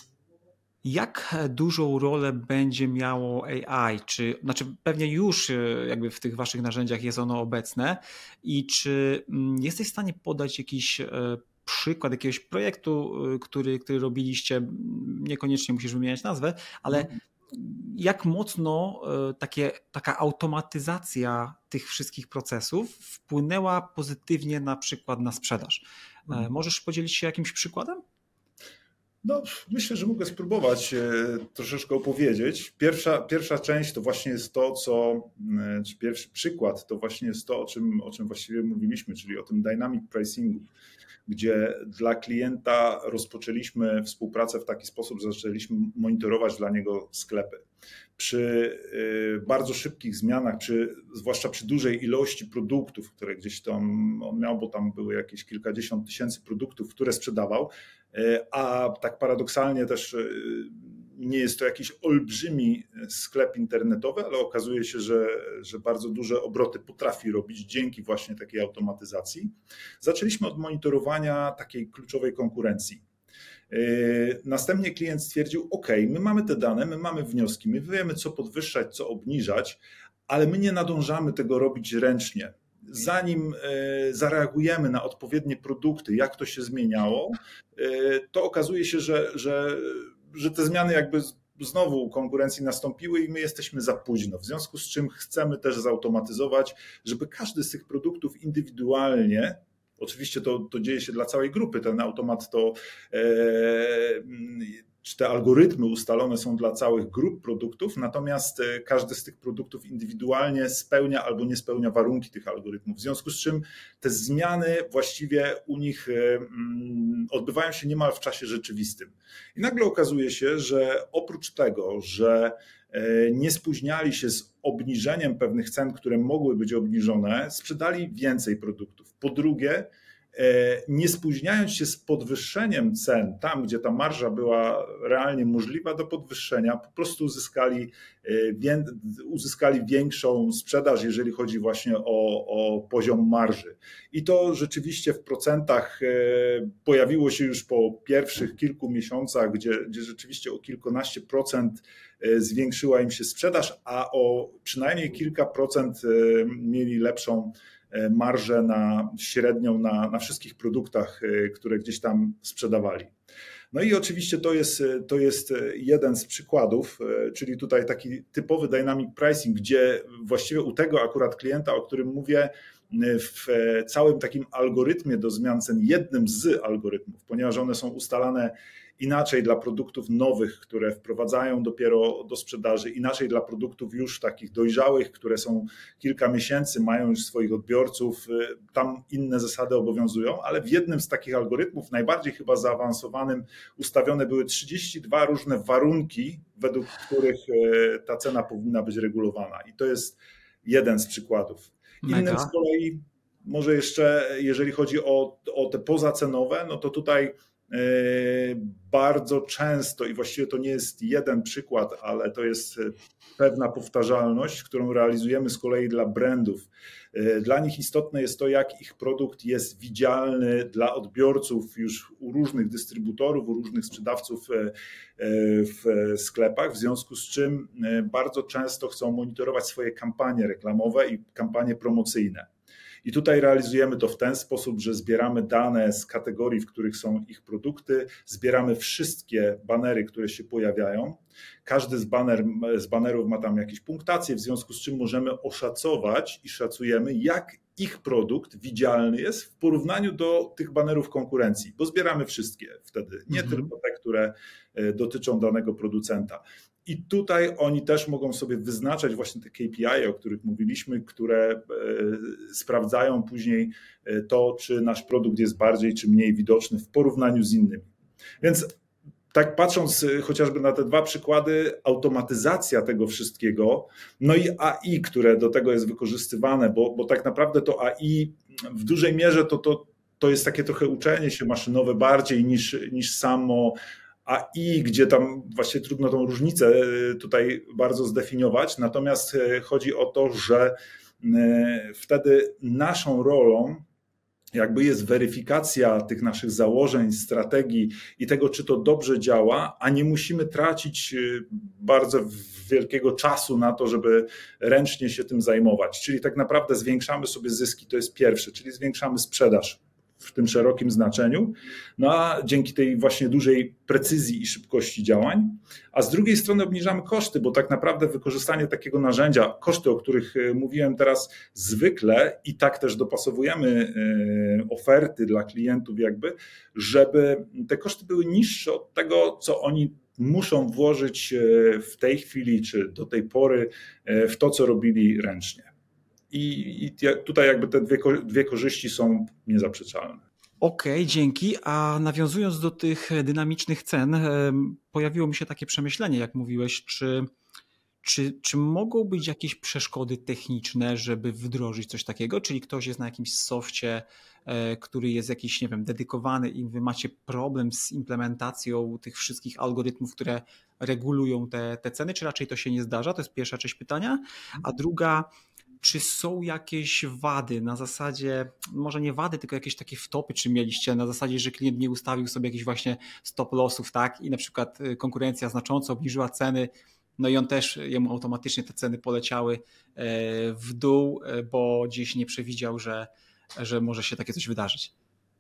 jak dużą rolę będzie miało A I? Czy, znaczy pewnie już e, jakby w tych waszych narzędziach jest ono obecne i czy mm, jesteś w stanie podać jakiś e, przykład jakiegoś projektu, y, który, który robiliście, m, niekoniecznie musisz wymieniać nazwę, ale
Mhm.
jak mocno y, takie, taka automatyzacja tych wszystkich procesów wpłynęła pozytywnie na przykład na sprzedaż? E,
Mhm.
Możesz podzielić się jakimś przykładem?
No, myślę, że mogę spróbować e, troszeczkę opowiedzieć. Pierwsza, pierwsza część to właśnie jest to, co, e, czy pierwszy przykład to właśnie jest to, o czym, o czym właściwie mówiliśmy, czyli o tym dynamic pricingu, gdzie dla klienta rozpoczęliśmy współpracę w taki sposób, że zaczęliśmy monitorować dla niego sklepy. Przy y, bardzo szybkich zmianach, przy, zwłaszcza przy dużej ilości produktów, które gdzieś tam on miał, bo tam były jakieś kilkadziesiąt tysięcy produktów, które sprzedawał, y, a tak paradoksalnie też y, nie jest to jakiś olbrzymi sklep internetowy, ale okazuje się, że, że bardzo duże obroty potrafi robić dzięki właśnie takiej automatyzacji. Zaczęliśmy od monitorowania takiej kluczowej konkurencji. Następnie klient stwierdził, OK, my mamy te dane, my mamy wnioski, my wiemy, co podwyższać, co obniżać, ale my nie nadążamy tego robić ręcznie. Zanim zareagujemy na odpowiednie produkty, jak to się zmieniało, to okazuje się, że, że, że te zmiany jakby znowu konkurencji nastąpiły i my jesteśmy za późno. W związku z czym chcemy też zautomatyzować, żeby każdy z tych produktów indywidualnie, oczywiście to, to dzieje się dla całej grupy, ten automat to, e, czy te algorytmy ustalone są dla całych grup produktów, natomiast każdy z tych produktów indywidualnie spełnia albo nie spełnia warunki tych algorytmów, w związku z czym te zmiany właściwie u nich odbywają się niemal w czasie rzeczywistym. I nagle okazuje się, że oprócz tego, że nie spóźniali się z obniżeniem pewnych cen, które mogły być obniżone, sprzedali więcej produktów. Po drugie, nie spóźniając się z podwyższeniem cen tam, gdzie ta marża była realnie możliwa do podwyższenia, po prostu uzyskali, uzyskali większą sprzedaż, jeżeli chodzi właśnie o, o poziom marży. I to rzeczywiście w procentach pojawiło się już po pierwszych kilku miesiącach, gdzie, gdzie rzeczywiście o kilkanaście procent zwiększyła im się sprzedaż, a o przynajmniej kilka procent mieli lepszą marżę na średnią na, na wszystkich produktach, które gdzieś tam sprzedawali. No i oczywiście to jest, to jest jeden z przykładów, czyli tutaj taki typowy dynamic pricing, gdzie właściwie u tego akurat klienta, o którym mówię, w całym takim algorytmie do zmian cen, jednym z algorytmów, ponieważ one są ustalane inaczej dla produktów nowych, które wprowadzają dopiero do sprzedaży, inaczej dla produktów już takich dojrzałych, które są kilka miesięcy, mają już swoich odbiorców, tam inne zasady obowiązują, ale w jednym z takich algorytmów, najbardziej chyba zaawansowanym, ustawione były trzydzieści dwa różne warunki, według których ta cena powinna być regulowana. I to jest jeden z przykładów. Innym
Mega.
z kolei, może jeszcze jeżeli chodzi o, o te pozacenowe, no to tutaj bardzo często i właściwie to nie jest jeden przykład, ale to jest pewna powtarzalność, którą realizujemy z kolei dla brandów. Dla nich istotne jest to, jak ich produkt jest widzialny dla odbiorców już u różnych dystrybutorów, u różnych sprzedawców w sklepach, w związku z czym bardzo często chcą monitorować swoje kampanie reklamowe i kampanie promocyjne. I tutaj realizujemy to w ten sposób, że zbieramy dane z kategorii, w których są ich produkty, zbieramy wszystkie banery, które się pojawiają. Każdy z, baner, z banerów ma tam jakieś punktacje, w związku z czym możemy oszacować i szacujemy, jak ich produkt widzialny jest w porównaniu do tych banerów konkurencji, bo zbieramy wszystkie wtedy, nie mhm. tylko te, które dotyczą danego producenta. I tutaj oni też mogą sobie wyznaczać właśnie te K P I, o których mówiliśmy, które sprawdzają później to, czy nasz produkt jest bardziej czy mniej widoczny w porównaniu z innymi. Więc tak patrząc chociażby na te dwa przykłady, automatyzacja tego wszystkiego, no i A I, które do tego jest wykorzystywane, bo, bo tak naprawdę to A I w dużej mierze to, to, to jest takie trochę uczenie się maszynowe bardziej niż, niż samo A I, gdzie tam właśnie trudno tą różnicę tutaj bardzo zdefiniować, natomiast chodzi o to, że wtedy naszą rolą jakby jest weryfikacja tych naszych założeń, strategii i tego, czy to dobrze działa, a nie musimy tracić bardzo wielkiego czasu na to, żeby ręcznie się tym zajmować. Czyli tak naprawdę zwiększamy sobie zyski, to jest pierwsze, czyli zwiększamy sprzedaż w tym szerokim znaczeniu, no a dzięki tej właśnie dużej precyzji i szybkości działań, a z drugiej strony obniżamy koszty, bo tak naprawdę wykorzystanie takiego narzędzia, koszty, o których mówiłem teraz, zwykle i tak też dopasowujemy oferty dla klientów jakby, żeby te koszty były niższe od tego, co oni muszą włożyć w tej chwili czy do tej pory w to, co robili ręcznie. I tutaj jakby te dwie, dwie korzyści są niezaprzeczalne.
Okej, okay, dzięki. A nawiązując do tych dynamicznych cen, pojawiło mi się takie przemyślenie, jak mówiłeś, czy, czy, czy mogą być jakieś przeszkody techniczne, żeby wdrożyć coś takiego? Czyli ktoś jest na jakimś softie, który jest jakiś, nie wiem, dedykowany i wy macie problem z implementacją tych wszystkich algorytmów, które regulują te, te ceny, czy raczej to się nie zdarza? To jest pierwsza część pytania. A druga, czy są jakieś wady na zasadzie, może nie wady, tylko jakieś takie wtopy, czy mieliście na zasadzie, że klient nie ustawił sobie jakichś właśnie stop lossów, tak? I na przykład konkurencja znacząco obniżyła ceny, no i on też, jemu automatycznie te ceny poleciały w dół, bo gdzieś nie przewidział, że, że może się takie coś wydarzyć.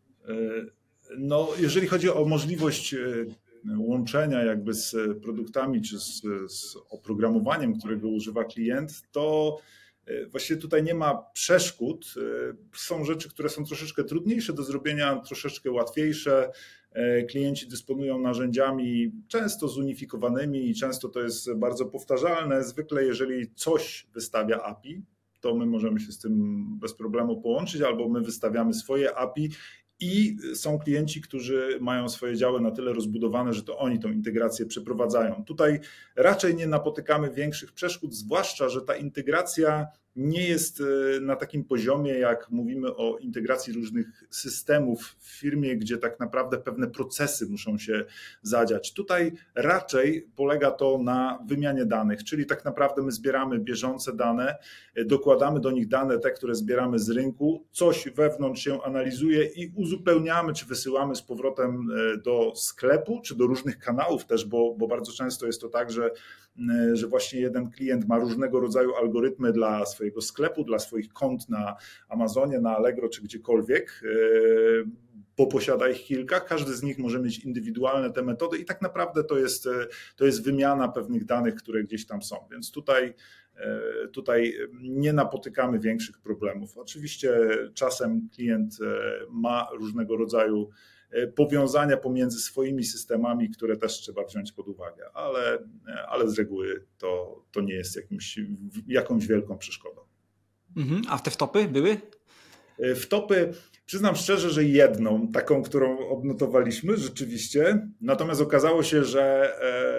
No, jeżeli chodzi o możliwość łączenia jakby z produktami, czy z, z oprogramowaniem, którego używa klient, to właściwie tutaj nie ma przeszkód. Są rzeczy, które są troszeczkę trudniejsze do zrobienia, troszeczkę łatwiejsze. Klienci dysponują narzędziami często zunifikowanymi i często to jest bardzo powtarzalne. Zwykle jeżeli coś wystawia A P I, to my możemy się z tym bez problemu połączyć, albo my wystawiamy swoje A P I i są klienci, którzy mają swoje działy na tyle rozbudowane, że to oni tą integrację przeprowadzają. Tutaj raczej nie napotykamy większych przeszkód, zwłaszcza, że ta integracja nie jest na takim poziomie, jak mówimy o integracji różnych systemów w firmie, gdzie tak naprawdę pewne procesy muszą się zadziać. Tutaj raczej polega to na wymianie danych, czyli tak naprawdę my zbieramy bieżące dane, dokładamy do nich dane, te, które zbieramy z rynku, coś wewnątrz się analizuje i uzupełniamy, czy wysyłamy z powrotem do sklepu, czy do różnych kanałów też, bo, bo bardzo często jest to tak, że, że właśnie jeden klient ma różnego rodzaju algorytmy dla swojego sklepu, dla swoich kont na Amazonie, na Allegro czy gdziekolwiek, bo posiada ich kilka, każdy z nich może mieć indywidualne te metody i tak naprawdę to jest, to jest wymiana pewnych danych, które gdzieś tam są, więc tutaj, tutaj nie napotykamy większych problemów. Oczywiście czasem klient ma różnego rodzaju powiązania pomiędzy swoimi systemami, które też trzeba wziąć pod uwagę, ale, ale z reguły to, to nie jest jakimś, jakąś wielką przeszkodą.
Mhm. A te wtopy były?
Wtopy, przyznam szczerze, że jedną, taką, którą odnotowaliśmy rzeczywiście, natomiast okazało się, że,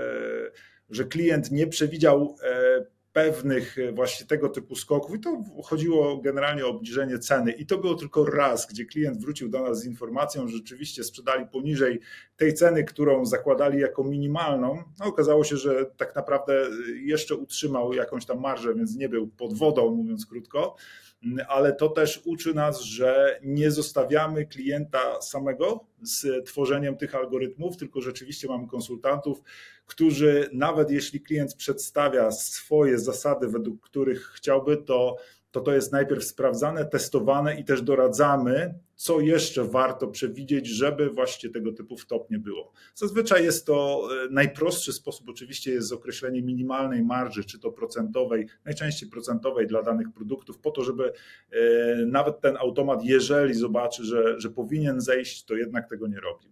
że klient nie przewidział pewnych właśnie tego typu skoków i to chodziło generalnie o obniżenie ceny i to było tylko raz, gdzie klient wrócił do nas z informacją, że rzeczywiście sprzedali poniżej tej ceny, którą zakładali jako minimalną. No, okazało się, że tak naprawdę jeszcze utrzymał jakąś tam marżę, więc nie był pod wodą, mówiąc krótko, ale to też uczy nas, że nie zostawiamy klienta samego z tworzeniem tych algorytmów, tylko rzeczywiście mamy konsultantów, którzy nawet jeśli klient przedstawia swoje zasady, według których chciałby, to to, to jest najpierw sprawdzane, testowane i też doradzamy, co jeszcze warto przewidzieć, żeby właśnie tego typu wtop nie było. Zazwyczaj jest to najprostszy sposób, oczywiście jest określenie minimalnej marży, czy to procentowej, najczęściej procentowej dla danych produktów, po to, żeby nawet ten automat, jeżeli zobaczy, że, że powinien zejść, to jednak tego nie robi.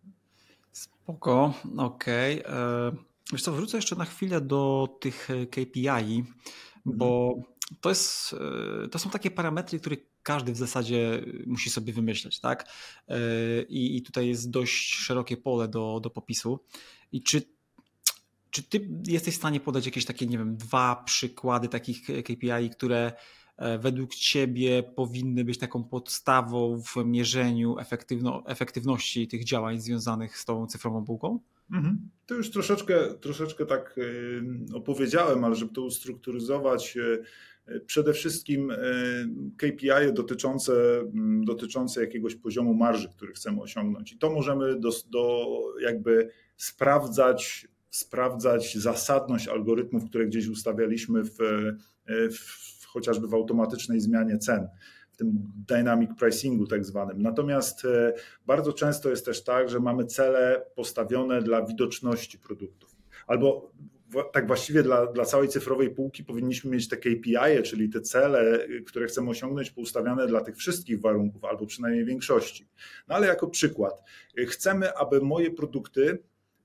Spoko, okej. Okay. Wiesz co, wrócę jeszcze na chwilę do tych K P I, bo to, jest, to są takie parametry, które każdy w zasadzie musi sobie wymyśleć, tak? I, i tutaj jest dość szerokie pole do, do popisu. I czy, czy ty jesteś w stanie podać jakieś takie, nie wiem, dwa przykłady takich K P I, które według ciebie powinny być taką podstawą w mierzeniu efektywno, efektywności tych działań związanych z tą cyfrową półką?
Mhm. To już troszeczkę, troszeczkę tak opowiedziałem, ale żeby to ustrukturyzować, przede wszystkim K P I dotyczące, dotyczące jakiegoś poziomu marży, który chcemy osiągnąć. I to możemy do, do jakby sprawdzać, sprawdzać zasadność algorytmów, które gdzieś ustawialiśmy w, w chociażby w automatycznej zmianie cen, w tym dynamic pricingu tak zwanym. Natomiast bardzo często jest też tak, że mamy cele postawione dla widoczności produktów. Albo tak właściwie dla, dla całej cyfrowej półki powinniśmy mieć te K P I, czyli te cele, które chcemy osiągnąć, poustawiane dla tych wszystkich warunków, albo przynajmniej większości. No ale jako przykład, chcemy, aby moje produkty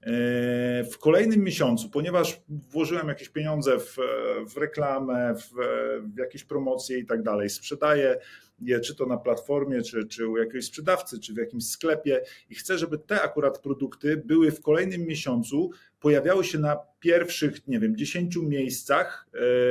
w kolejnym miesiącu, ponieważ włożyłem jakieś pieniądze w, w reklamę, w, w jakieś promocje i tak dalej, sprzedaję je czy to na platformie, czy, czy u jakiegoś sprzedawcy, czy w jakimś sklepie i chcę, żeby te akurat produkty były w kolejnym miesiącu, pojawiały się na pierwszych, nie wiem, dziesięciu miejscach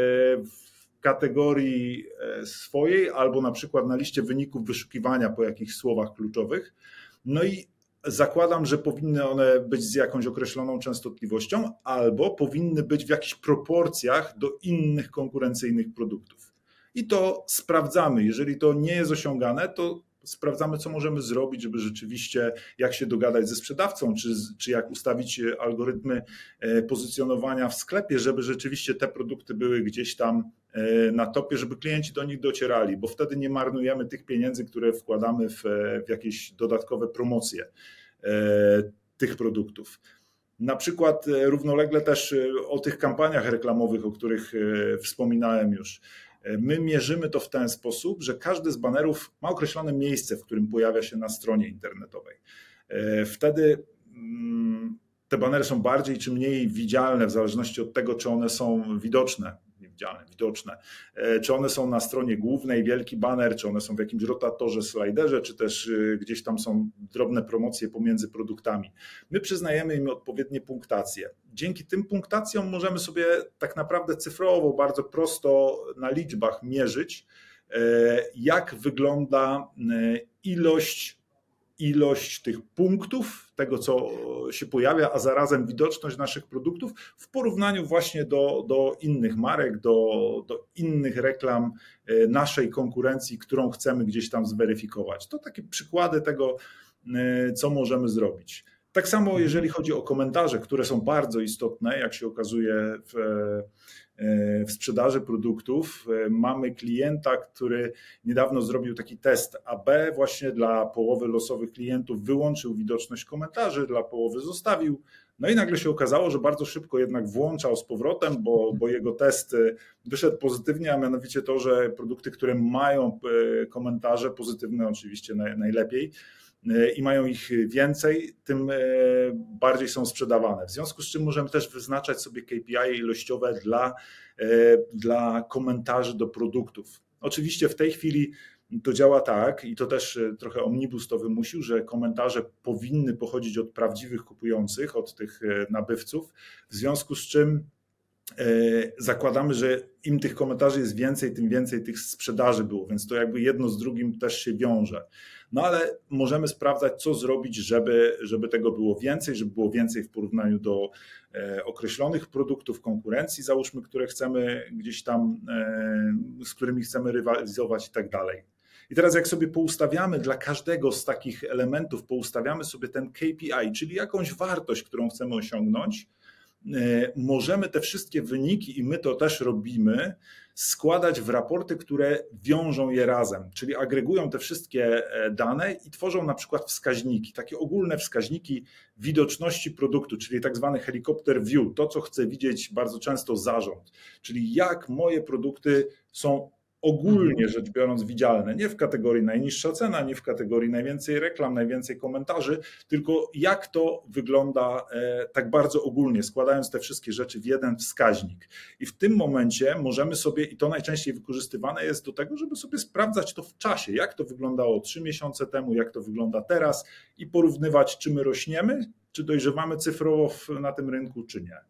w kategorii swojej albo na przykład na liście wyników wyszukiwania po jakichś słowach kluczowych. No i zakładam, że powinny one być z jakąś określoną częstotliwością albo powinny być w jakichś proporcjach do innych konkurencyjnych produktów. I to sprawdzamy. Jeżeli to nie jest osiągane, to sprawdzamy, co możemy zrobić, żeby rzeczywiście, jak się dogadać ze sprzedawcą, czy, czy jak ustawić algorytmy pozycjonowania w sklepie, żeby rzeczywiście te produkty były gdzieś tam na topie, żeby klienci do nich docierali, bo wtedy nie marnujemy tych pieniędzy, które wkładamy w, w jakieś dodatkowe promocje tych produktów. Na przykład równolegle też o tych kampaniach reklamowych, o których wspominałem już. My mierzymy to w ten sposób, że każdy z banerów ma określone miejsce, w którym pojawia się na stronie internetowej. Wtedy te banery są bardziej czy mniej widzialne w zależności od tego, czy one są widoczne, widzialne, widoczne, czy one są na stronie głównej, wielki baner, czy one są w jakimś rotatorze, slajderze, czy też gdzieś tam są drobne promocje pomiędzy produktami. My przyznajemy im odpowiednie punktacje. Dzięki tym punktacjom możemy sobie tak naprawdę cyfrowo, bardzo prosto na liczbach mierzyć, jak wygląda ilość ilość tych punktów, tego co się pojawia, a zarazem widoczność naszych produktów w porównaniu właśnie do, do innych marek, do, do innych reklam naszej konkurencji, którą chcemy gdzieś tam zweryfikować. To takie przykłady tego, co możemy zrobić. Tak samo jeżeli chodzi o komentarze, które są bardzo istotne, jak się okazuje w, w sprzedaży produktów. Mamy klienta, który niedawno zrobił taki test A B właśnie dla połowy losowych klientów, wyłączył widoczność komentarzy, dla połowy zostawił. No i nagle się okazało, że bardzo szybko jednak włączał z powrotem, bo, bo jego test wyszedł pozytywnie, a mianowicie to, że produkty, które mają komentarze pozytywne oczywiście najlepiej, i mają ich więcej, tym bardziej są sprzedawane. W związku z czym możemy też wyznaczać sobie K P I ilościowe dla, dla komentarzy do produktów. Oczywiście w tej chwili to działa tak i to też trochę Omnibus to wymusił, że komentarze powinny pochodzić od prawdziwych kupujących, od tych nabywców, w związku z czym zakładamy, że im tych komentarzy jest więcej, tym więcej tych sprzedaży było, więc to jakby jedno z drugim też się wiąże. No ale możemy sprawdzać, co zrobić, żeby, żeby tego było więcej, żeby było więcej w porównaniu do określonych produktów konkurencji, załóżmy, które chcemy gdzieś tam, z którymi chcemy rywalizować i tak dalej. I teraz jak sobie poustawiamy dla każdego z takich elementów, poustawiamy sobie ten K P I, czyli jakąś wartość, którą chcemy osiągnąć, możemy te wszystkie wyniki, i my to też robimy, składać w raporty, które wiążą je razem, czyli agregują te wszystkie dane i tworzą na przykład wskaźniki, takie ogólne wskaźniki widoczności produktu, czyli tak zwany helicopter view, to co chce widzieć bardzo często zarząd, czyli jak moje produkty są ogólnie rzecz biorąc widzialne, nie w kategorii najniższa cena, nie w kategorii najwięcej reklam, najwięcej komentarzy, tylko jak to wygląda tak bardzo ogólnie, składając te wszystkie rzeczy w jeden wskaźnik. I w tym momencie możemy sobie, i to najczęściej wykorzystywane jest do tego, żeby sobie sprawdzać to w czasie, jak to wyglądało trzy miesiące temu, jak to wygląda teraz i porównywać, czy my rośniemy, czy dojrzewamy cyfrowo na tym rynku, czy nie.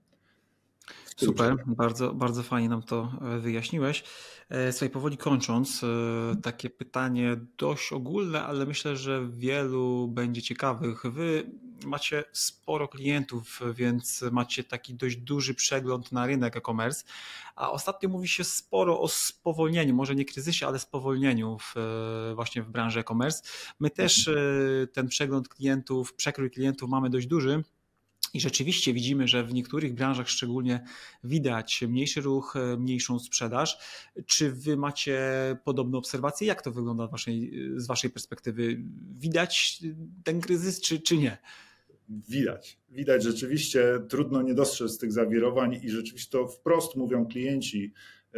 Super, bardzo, bardzo fajnie nam to wyjaśniłeś. Słuchaj, powoli kończąc, takie pytanie dość ogólne, ale myślę, że wielu będzie ciekawych. Wy macie sporo klientów, więc macie taki dość duży przegląd na rynek e-commerce, a ostatnio mówi się sporo o spowolnieniu, może nie kryzysie, ale spowolnieniu w, właśnie w branży e-commerce. My też ten przegląd klientów, przekrój klientów mamy dość duży. I rzeczywiście widzimy, że w niektórych branżach szczególnie widać mniejszy ruch, mniejszą sprzedaż. Czy wy macie podobne obserwacje? Jak to wygląda z waszej, z waszej perspektywy? Widać ten kryzys, czy, czy nie?
Widać. Widać rzeczywiście, trudno nie dostrzec tych zawirowań i rzeczywiście to wprost mówią klienci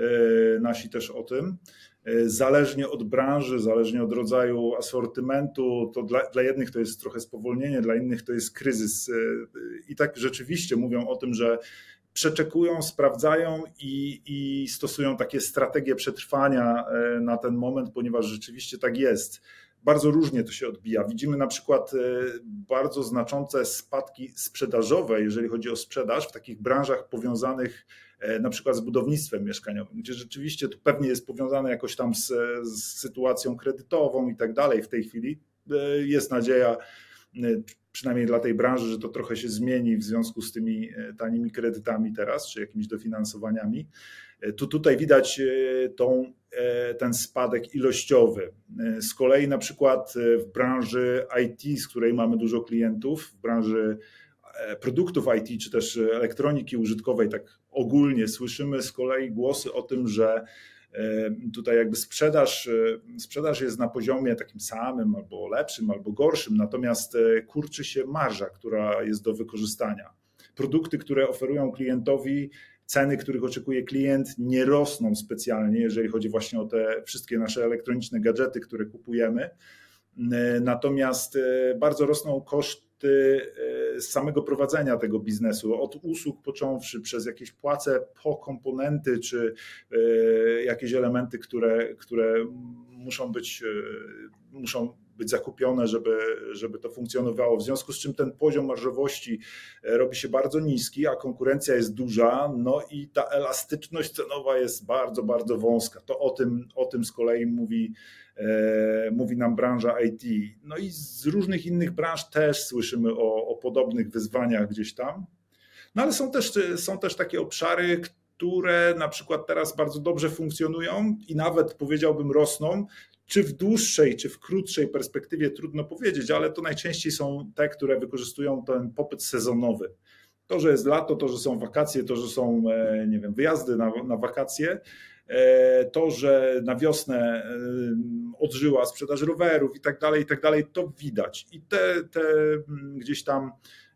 nasi też o tym. Zależnie od branży, zależnie od rodzaju asortymentu, to dla, dla jednych to jest trochę spowolnienie, dla innych to jest kryzys. I tak rzeczywiście mówią o tym, że przeczekują, sprawdzają i, i stosują takie strategie przetrwania na ten moment, ponieważ rzeczywiście tak jest. Bardzo różnie to się odbija. Widzimy na przykład bardzo znaczące spadki sprzedażowe, jeżeli chodzi o sprzedaż w takich branżach powiązanych na przykład z budownictwem mieszkaniowym, gdzie rzeczywiście to pewnie jest powiązane jakoś tam z, z sytuacją kredytową i tak dalej w tej chwili. Jest nadzieja, przynajmniej dla tej branży, że to trochę się zmieni w związku z tymi tanimi kredytami teraz, czy jakimiś dofinansowaniami. Tu tutaj widać tą, ten spadek ilościowy. Z kolei na przykład w branży I T, z której mamy dużo klientów, w branży produktów I T, czy też elektroniki użytkowej, tak ogólnie słyszymy z kolei głosy o tym, że tutaj jakby sprzedaż, sprzedaż jest na poziomie takim samym, albo lepszym, albo gorszym, natomiast kurczy się marża, która jest do wykorzystania. Produkty, które oferują klientowi, ceny, których oczekuje klient, nie rosną specjalnie, jeżeli chodzi właśnie o te wszystkie nasze elektroniczne gadżety, które kupujemy. Natomiast bardzo rosną koszty z samego prowadzenia tego biznesu, od usług począwszy przez jakieś płace po komponenty, czy jakieś elementy, które, które muszą być, muszą być zakupione, żeby, żeby to funkcjonowało. W związku z czym ten poziom marżowości robi się bardzo niski, a konkurencja jest duża, no i ta elastyczność cenowa jest bardzo, bardzo wąska. To o tym, o tym z kolei mówi, e, mówi nam branża I T. No i z różnych innych branż też słyszymy o, o podobnych wyzwaniach gdzieś tam. No ale są też, są też takie obszary, które na przykład teraz bardzo dobrze funkcjonują i nawet powiedziałbym rosną. Czy w dłuższej, czy w krótszej perspektywie trudno powiedzieć, ale to najczęściej są te, które wykorzystują ten popyt sezonowy. To, że jest lato, to, że są wakacje, to, że są, nie wiem, wyjazdy na, na wakacje, to, że na wiosnę odżyła sprzedaż rowerów i tak dalej, i tak dalej, to widać. I te, te gdzieś tam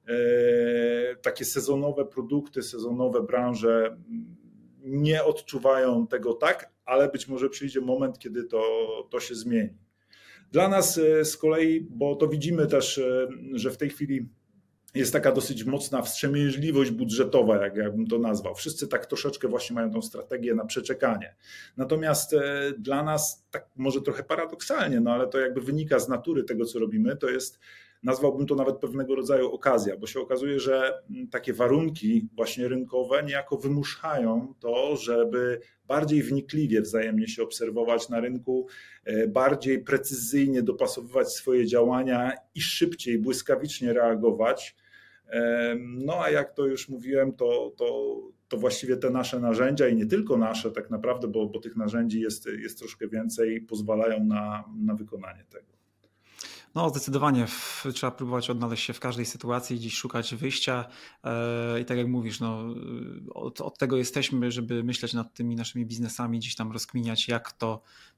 takie sezonowe produkty, sezonowe branże nie odczuwają tego tak, ale być może przyjdzie moment, kiedy to, to się zmieni. Dla nas z kolei, bo to widzimy też, że w tej chwili jest taka dosyć mocna wstrzemięźliwość budżetowa, jak ja bym to nazwał. Wszyscy tak troszeczkę właśnie mają tą strategię na przeczekanie. Natomiast dla nas, tak może trochę paradoksalnie, no ale to jakby wynika z natury tego, co robimy, to jest, nazwałbym to nawet pewnego rodzaju okazja, bo się okazuje, że takie warunki właśnie rynkowe niejako wymuszają to, żeby bardziej wnikliwie wzajemnie się obserwować na rynku, bardziej precyzyjnie dopasowywać swoje działania i szybciej, błyskawicznie reagować. No a jak to już mówiłem, to, to, to właściwie te nasze narzędzia i nie tylko nasze tak naprawdę, bo, bo tych narzędzi jest, jest troszkę więcej, pozwalają na, na wykonanie tego.
No zdecydowanie w, trzeba próbować odnaleźć się w każdej sytuacji, gdzieś szukać wyjścia yy, i tak jak mówisz, no, od, od tego jesteśmy, żeby myśleć nad tymi naszymi biznesami, gdzieś tam rozkminiać, jak to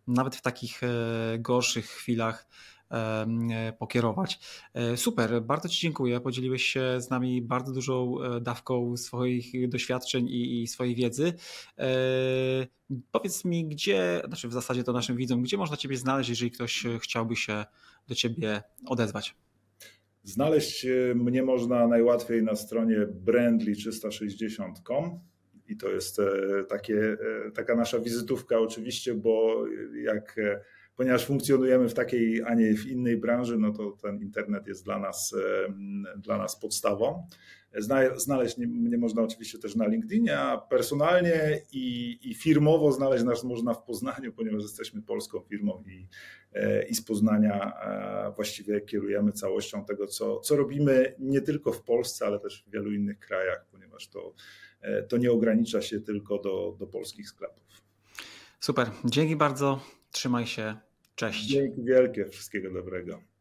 nawet w takich gorszych chwilach pokierować. Super, bardzo Ci dziękuję. Podzieliłeś się z nami bardzo dużą dawką swoich doświadczeń i, i swojej wiedzy. Powiedz mi, gdzie, znaczy w zasadzie to naszym widzom, gdzie można Ciebie znaleźć, jeżeli ktoś chciałby się do Ciebie odezwać?
Znaleźć mnie można najłatwiej na stronie brandly trzysta sześćdziesiąt kropka com i to jest takie, taka nasza wizytówka oczywiście, bo jak, ponieważ funkcjonujemy w takiej, a nie w innej branży, no to ten internet jest dla nas, dla nas podstawą. Znaleźć mnie można oczywiście też na LinkedInie, a personalnie i, i firmowo znaleźć nas można w Poznaniu, ponieważ jesteśmy polską firmą i, i z Poznania właściwie kierujemy całością tego, co, co robimy nie tylko w Polsce, ale też w wielu innych krajach, ponieważ to, to nie ogranicza się tylko do, do polskich sklepów.
Super, dzięki bardzo, trzymaj się, cześć.
Dzięki wielkie, wszystkiego dobrego.